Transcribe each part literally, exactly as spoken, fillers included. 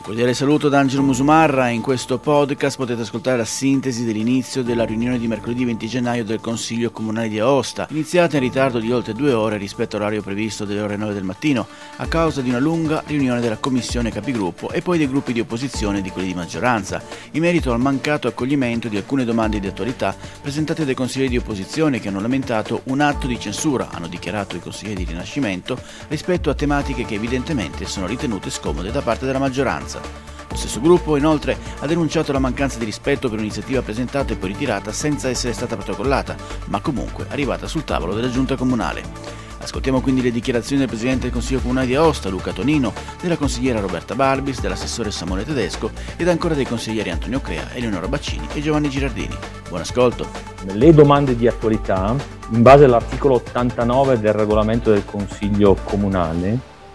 Un cordiale saluto da Angelo Musumarra. In questo podcast potete ascoltare la sintesi dell'inizio della riunione di mercoledì venti gennaio del Consiglio Comunale di Aosta, iniziata in ritardo di oltre due ore rispetto all'orario previsto delle ore nove del mattino, a causa di una lunga riunione della Commissione Capigruppo e poi dei gruppi di opposizione e di quelli di maggioranza, in merito al mancato accoglimento di alcune domande di attualità presentate dai consiglieri di opposizione che hanno lamentato un atto di censura, hanno dichiarato i consiglieri di Rinascimento, rispetto a tematiche che evidentemente sono ritenute scomode da parte della maggioranza. Lo stesso gruppo, inoltre, ha denunciato la mancanza di rispetto per un'iniziativa presentata e poi ritirata senza essere stata protocollata, ma comunque arrivata sul tavolo della Giunta Comunale. Ascoltiamo quindi le dichiarazioni del Presidente del Consiglio Comunale di Aosta, Luca Tonino, della consigliera Roberta Barbis, dell'assessore Samuele Tedesco ed ancora dei consiglieri Antonio Crea, Eleonora Baccini e Giovanni Girardini. Buon ascolto. Le domande di attualità, in base all'articolo ottantanove del regolamento del Consiglio Comunale,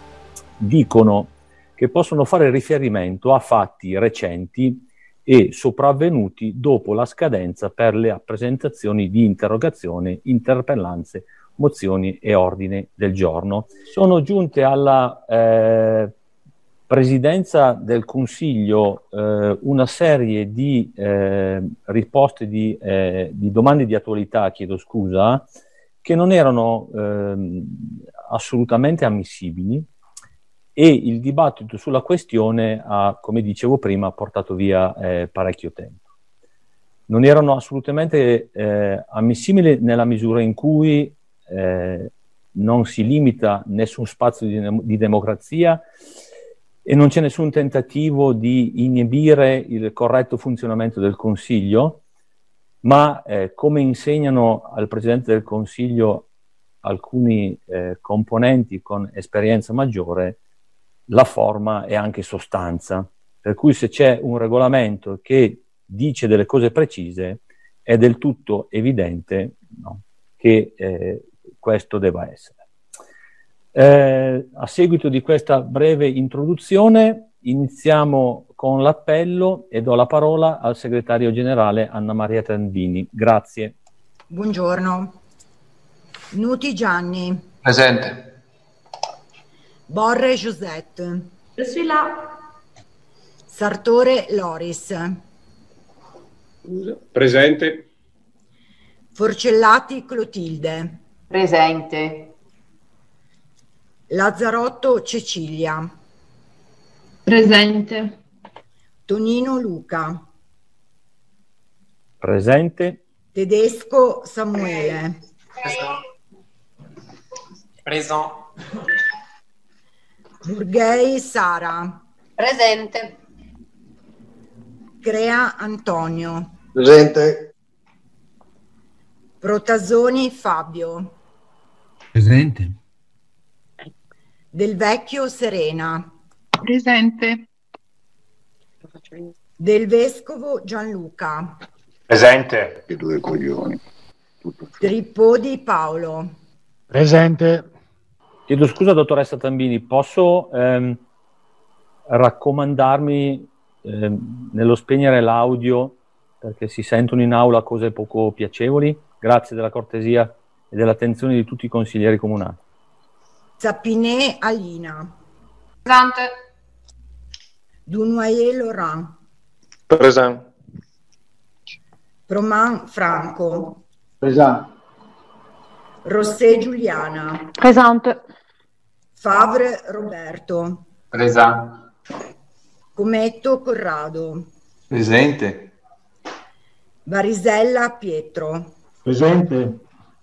dicono che possono fare riferimento a fatti recenti e sopravvenuti dopo la scadenza per le presentazioni di interrogazioni, interpellanze, mozioni e ordine del giorno. Sono giunte alla eh, Presidenza del Consiglio eh, una serie di eh, risposte di, eh, di domande di attualità, chiedo scusa, che non erano eh, assolutamente ammissibili, e il dibattito sulla questione ha, come dicevo prima, portato via eh, parecchio tempo. Non erano assolutamente eh, ammissibili nella misura in cui eh, non si limita nessun spazio di, di democrazia e non c'è nessun tentativo di inibire il corretto funzionamento del Consiglio, ma eh, come insegnano al Presidente del Consiglio alcuni eh, componenti con esperienza maggiore, la forma è anche sostanza, per cui se c'è un regolamento che dice delle cose precise è del tutto evidente, no, che eh, questo debba essere. Eh, a seguito di questa breve introduzione iniziamo con l'appello e do la parola al segretario generale Anna Maria Tandini. Grazie. Buongiorno. Nuti Gianni. Presente. Borre Josette. Je suis là. Sartore Loris. Presente. Forcellati Clotilde. Presente. Lazzarotto Cecilia. Presente. Tonino Luca. Presente. Tedesco Samuele. Presente. Burghei Sara. Presente. Crea Antonio. Presente. Protasoni Fabio. Presente. Del Vecchio Serena. Presente. Del Vescovo Gianluca. Presente. Che due coglioni. Tutto. Tripodi Paolo. Presente. Chiedo scusa, dottoressa Tambini, posso ehm, raccomandarmi ehm, nello spegnere l'audio perché si sentono in aula cose poco piacevoli? Grazie della cortesia e dell'attenzione di tutti i consiglieri comunali. Zappinè Alina. Presente. Dunoyer Laurent. Presente. Proman Franco. Presente. Rossè Giuliana. Presente. Favre Roberto. Presente. Cometto Corrado. Presente. Varisella Pietro. Presente.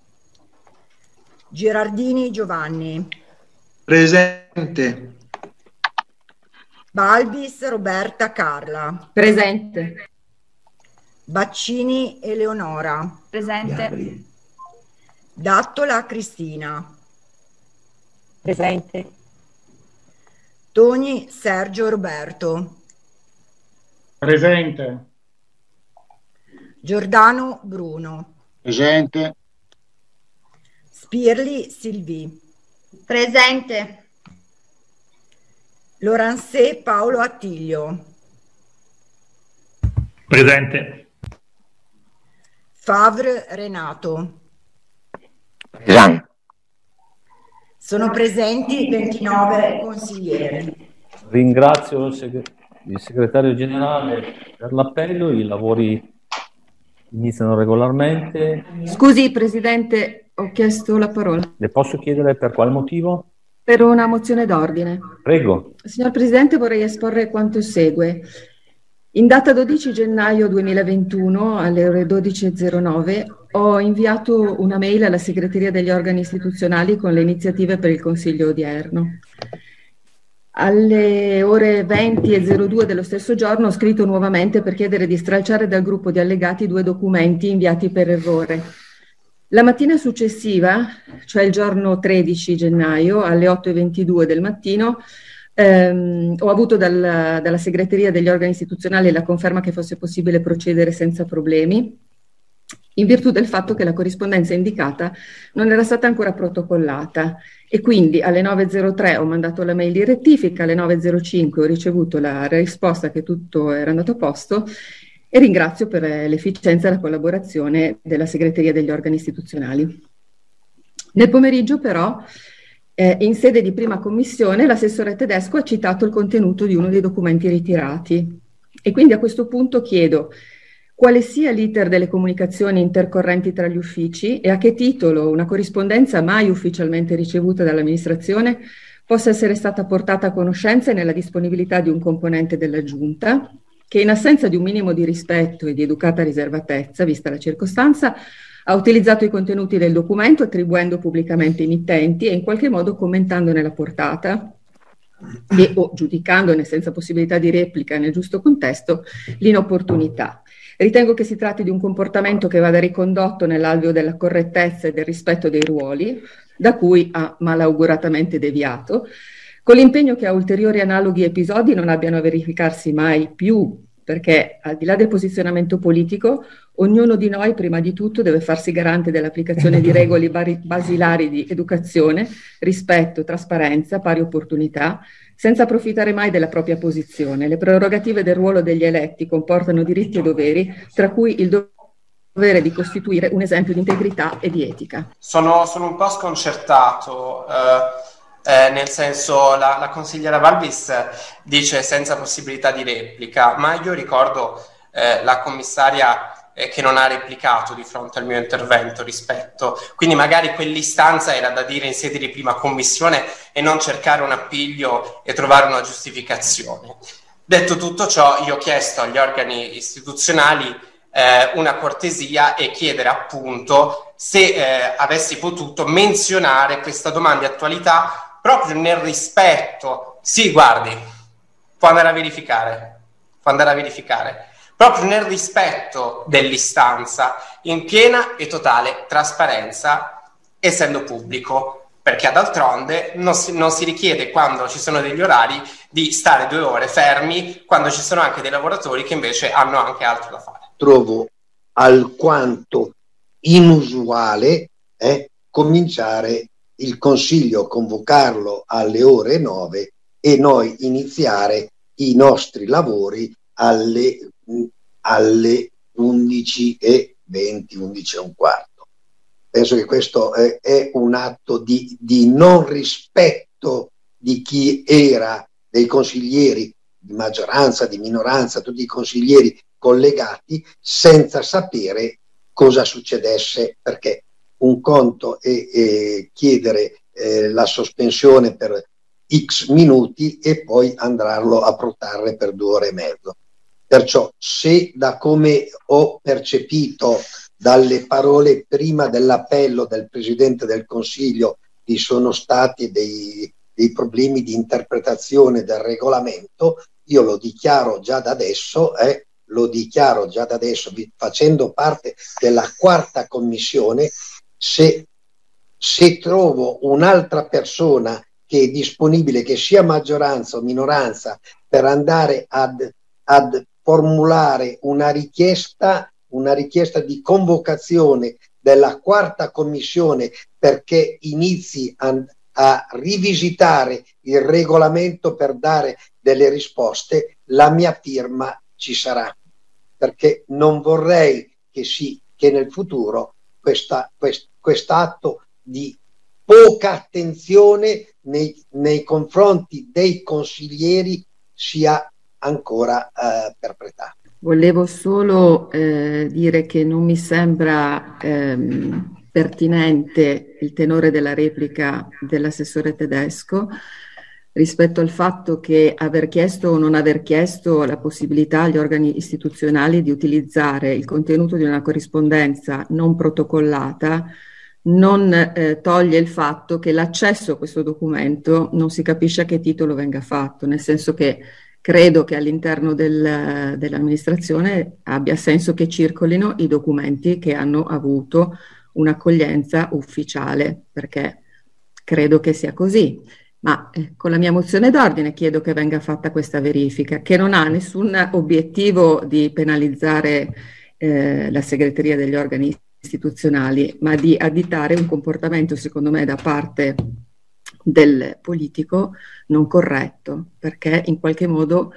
Girardini Giovanni. Presente. Balbis Roberta Carla. Presente. Baccini Eleonora. Presente. Dattola Cristina. Presente. Toni Sergio Roberto. Presente. Giordano Bruno. Presente. Spirli Silvi. Presente. Lorancé Paolo Attilio. Presente. Favre Renato. Presente. Sono presenti ventinove consiglieri. Ringrazio il, seg- il segretario generale per l'appello, i lavori iniziano regolarmente. Scusi, Presidente, ho chiesto la parola. Le posso chiedere per quale motivo? Per una mozione d'ordine. Prego. Signor Presidente, vorrei esporre quanto segue. In data dodici gennaio duemilaventuno, alle ore dodici e zero nove, ho inviato una mail alla segreteria degli organi istituzionali con le iniziative per il Consiglio odierno. Alle ore venti e zero due dello stesso giorno ho scritto nuovamente per chiedere di stralciare dal gruppo di allegati due documenti inviati per errore. La mattina successiva, cioè il giorno tredici gennaio, alle otto e ventidue del mattino, ehm, ho avuto dal, dalla segreteria degli organi istituzionali la conferma che fosse possibile procedere senza problemi, in virtù del fatto che la corrispondenza indicata non era stata ancora protocollata, e quindi alle nove e zero tre ho mandato la mail di rettifica, alle nove e zero cinque ho ricevuto la risposta che tutto era andato a posto, e ringrazio per l'efficienza e la collaborazione della segreteria degli organi istituzionali. Nel pomeriggio però, eh, in sede di prima commissione, l'assessore Tedesco ha citato il contenuto di uno dei documenti ritirati, e quindi a questo punto chiedo quale sia l'iter delle comunicazioni intercorrenti tra gli uffici e a che titolo una corrispondenza mai ufficialmente ricevuta dall'amministrazione possa essere stata portata a conoscenza e nella disponibilità di un componente della Giunta, che in assenza di un minimo di rispetto e di educata riservatezza, vista la circostanza, ha utilizzato i contenuti del documento attribuendo pubblicamente i mittenti e in qualche modo commentandone la portata e o giudicandone senza possibilità di replica nel giusto contesto l'inopportunità. Ritengo che si tratti di un comportamento che vada ricondotto nell'alveo della correttezza e del rispetto dei ruoli, da cui ha malauguratamente deviato, con l'impegno che a ulteriori analoghi episodi non abbiano a verificarsi mai più, perché al di là del posizionamento politico, ognuno di noi prima di tutto deve farsi garante dell'applicazione di regole bari- basilari di educazione, rispetto, trasparenza, pari opportunità, senza approfittare mai della propria posizione. Le prerogative del ruolo degli eletti comportano diritti e doveri, tra cui il dovere di costituire un esempio di integrità e di etica. Sono, sono un po' sconcertato, eh, eh, nel senso la, la consigliera Valvis dice senza possibilità di replica, ma io ricordo eh, la commissaria eh, che non ha replicato di fronte al mio intervento rispetto, quindi magari quell'istanza era da dire in sede di prima commissione e non cercare un appiglio e trovare una giustificazione. Detto tutto ciò, io ho chiesto agli organi istituzionali eh, una cortesia e chiedere appunto se eh, avessi potuto menzionare questa domanda di attualità proprio nel rispetto, sì guardi, può andare a verificare, può andare a verificare, proprio nel rispetto dell'istanza, in piena e totale trasparenza, essendo pubblico, perché d'altronde non si, non si richiede, quando ci sono degli orari, di stare due ore fermi, quando ci sono anche dei lavoratori che invece hanno anche altro da fare. Trovo alquanto inusuale eh, cominciare il Consiglio, convocarlo alle ore nove e noi iniziare i nostri lavori alle, alle undici e venti, undici e un quarto. Penso che questo è, è un atto di, di non rispetto di chi era, dei consiglieri di maggioranza, di minoranza, tutti i consiglieri collegati, senza sapere cosa succedesse, perché un conto è, è chiedere eh, la sospensione per X minuti e poi andarlo a protrarre per due ore e mezzo. Perciò, se da come ho percepito dalle parole prima dell'appello del Presidente del Consiglio vi sono stati dei, dei problemi di interpretazione del regolamento, io lo dichiaro già da adesso, eh, lo dichiaro già da adesso, facendo parte della quarta commissione, se, se trovo un'altra persona che è disponibile, che sia maggioranza o minoranza, per andare ad, ad formulare una richiesta, una richiesta di convocazione della quarta commissione perché inizi a, a rivisitare il regolamento per dare delle risposte, la mia firma ci sarà, perché non vorrei che, si, che nel futuro questa, quest, quest'atto di poca attenzione nei, nei confronti dei consiglieri sia ancora eh, perpetrate. Volevo solo eh, dire che non mi sembra ehm, pertinente il tenore della replica dell'assessore Tedesco rispetto al fatto che aver chiesto o non aver chiesto la possibilità agli organi istituzionali di utilizzare il contenuto di una corrispondenza non protocollata non eh, toglie il fatto che l'accesso a questo documento non si capisce a che titolo venga fatto, nel senso che credo che all'interno del, dell'amministrazione abbia senso che circolino i documenti che hanno avuto un'accoglienza ufficiale, perché credo che sia così. Ma eh, con la mia mozione d'ordine chiedo che venga fatta questa verifica, che non ha nessun obiettivo di penalizzare eh, la segreteria degli organi istituzionali, ma di additare un comportamento, secondo me, da parte del politico non corretto, perché in qualche modo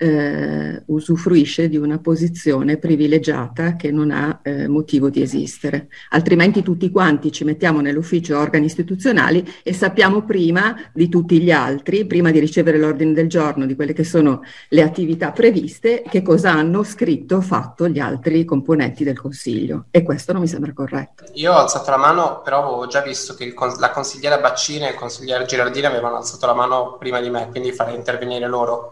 eh, usufruisce di una posizione privilegiata che non ha eh, motivo di esistere. Altrimenti tutti quanti ci mettiamo nell'ufficio organi istituzionali e sappiamo prima di tutti gli altri, prima di ricevere l'ordine del giorno di quelle che sono le attività previste, che cosa hanno scritto, fatto gli altri componenti del Consiglio, e questo non mi sembra corretto. Io ho alzato la mano, però avevo già visto che il cons- la consigliera Baccini e il consigliere Girardini avevano alzato la mano prima di me, quindi farei intervenire loro.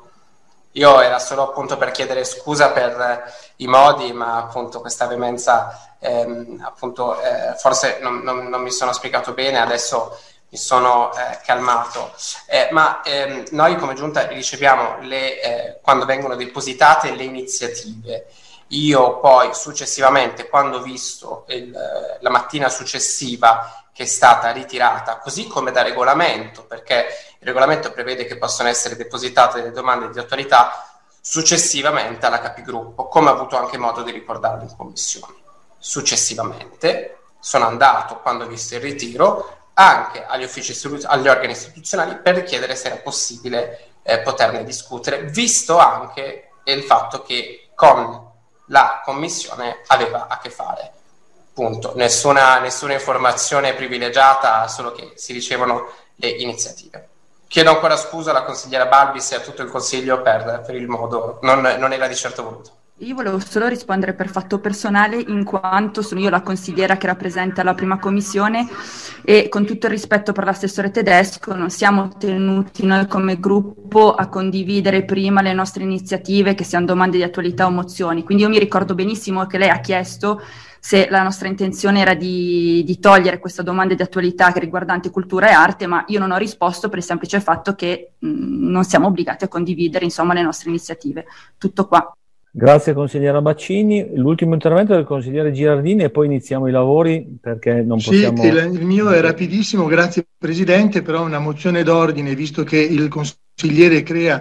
Io era solo appunto per chiedere scusa per eh, i modi, ma appunto questa veemenza, ehm, appunto eh, forse non, non, non mi sono spiegato bene, adesso mi sono eh, calmato. Eh, ma ehm, noi come Giunta riceviamo le, eh, quando vengono depositate le iniziative. Io poi successivamente, quando ho visto il, la mattina successiva che è stata ritirata, così come da regolamento, perché il regolamento prevede che possono essere depositate delle domande di attualità successivamente alla capigruppo, come ho avuto anche modo di ricordarlo in commissione. Successivamente sono andato, quando ho visto il ritiro, anche agli uffici, agli organi istituzionali per chiedere se era possibile eh, poterne discutere, visto anche il fatto che con la commissione aveva a che fare. Punto. Nessuna, nessuna informazione privilegiata, solo che si ricevono le iniziative. Chiedo ancora scusa alla consigliera Balbis e a tutto il Consiglio per, per il modo, non, non era di certo voluto. Io volevo solo rispondere per fatto personale, in quanto sono io la consigliera che rappresenta la prima commissione e, con tutto il rispetto per l'assessore Tedesco, non siamo tenuti noi come gruppo a condividere prima le nostre iniziative, che siano domande di attualità o mozioni. Quindi io mi ricordo benissimo che lei ha chiesto se la nostra intenzione era di, di togliere questa domanda di attualità riguardante cultura e arte, ma io non ho risposto per il semplice fatto che mh, non siamo obbligati a condividere, insomma, le nostre iniziative. Tutto qua. Grazie consigliera Baccini. L'ultimo intervento del consigliere Girardini e poi iniziamo i lavori, perché non possiamo... Sì, il mio è rapidissimo, grazie Presidente, però una mozione d'ordine, visto che il consigliere Crea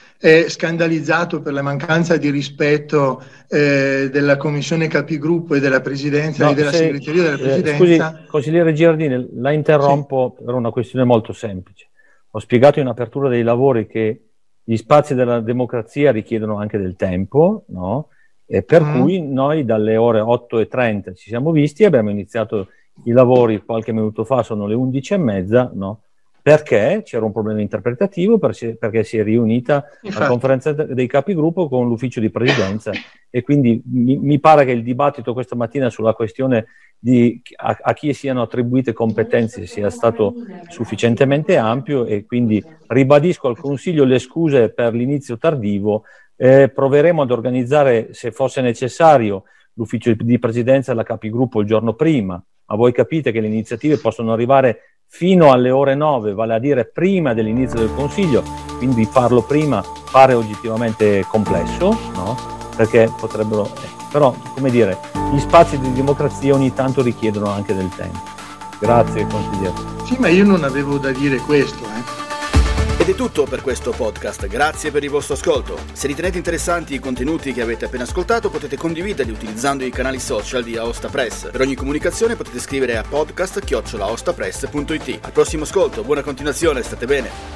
è scandalizzato per la mancanza di rispetto eh, della Commissione Capigruppo e della Presidenza no, e della se, Segreteria della Presidenza. Eh, scusi, consigliere Girardini, la interrompo sì. per una questione molto semplice. Ho spiegato in apertura dei lavori che gli spazi della democrazia richiedono anche del tempo, no? E per mm. cui noi dalle ore otto e trenta ci siamo visti e abbiamo iniziato i lavori qualche minuto fa, sono le undici e mezza, no? Perché c'era un problema interpretativo, perché si è riunita Infatti. la conferenza dei capigruppo con l'ufficio di presidenza e quindi mi, mi pare che il dibattito questa mattina sulla questione di a, a chi siano attribuite competenze sia stato sufficientemente ampio e quindi ribadisco al Consiglio le scuse per l'inizio tardivo. Eh, proveremo ad organizzare, se fosse necessario, l'ufficio di presidenza e la capigruppo il giorno prima, ma voi capite che le iniziative possono arrivare fino alle ore nove, vale a dire prima dell'inizio del Consiglio, quindi farlo prima pare oggettivamente complesso, no? Perché potrebbero... Eh, però, come dire, gli spazi di democrazia ogni tanto richiedono anche del tempo. Grazie, consigliere. Sì, ma io non avevo da dire questo, eh. Ed è tutto per questo podcast, grazie per il vostro ascolto. Se ritenete interessanti i contenuti che avete appena ascoltato potete condividerli utilizzando i canali social di Aosta Press. Per ogni comunicazione potete scrivere a podcast chiocciola aostapress punto it. Al prossimo ascolto, buona continuazione, state bene.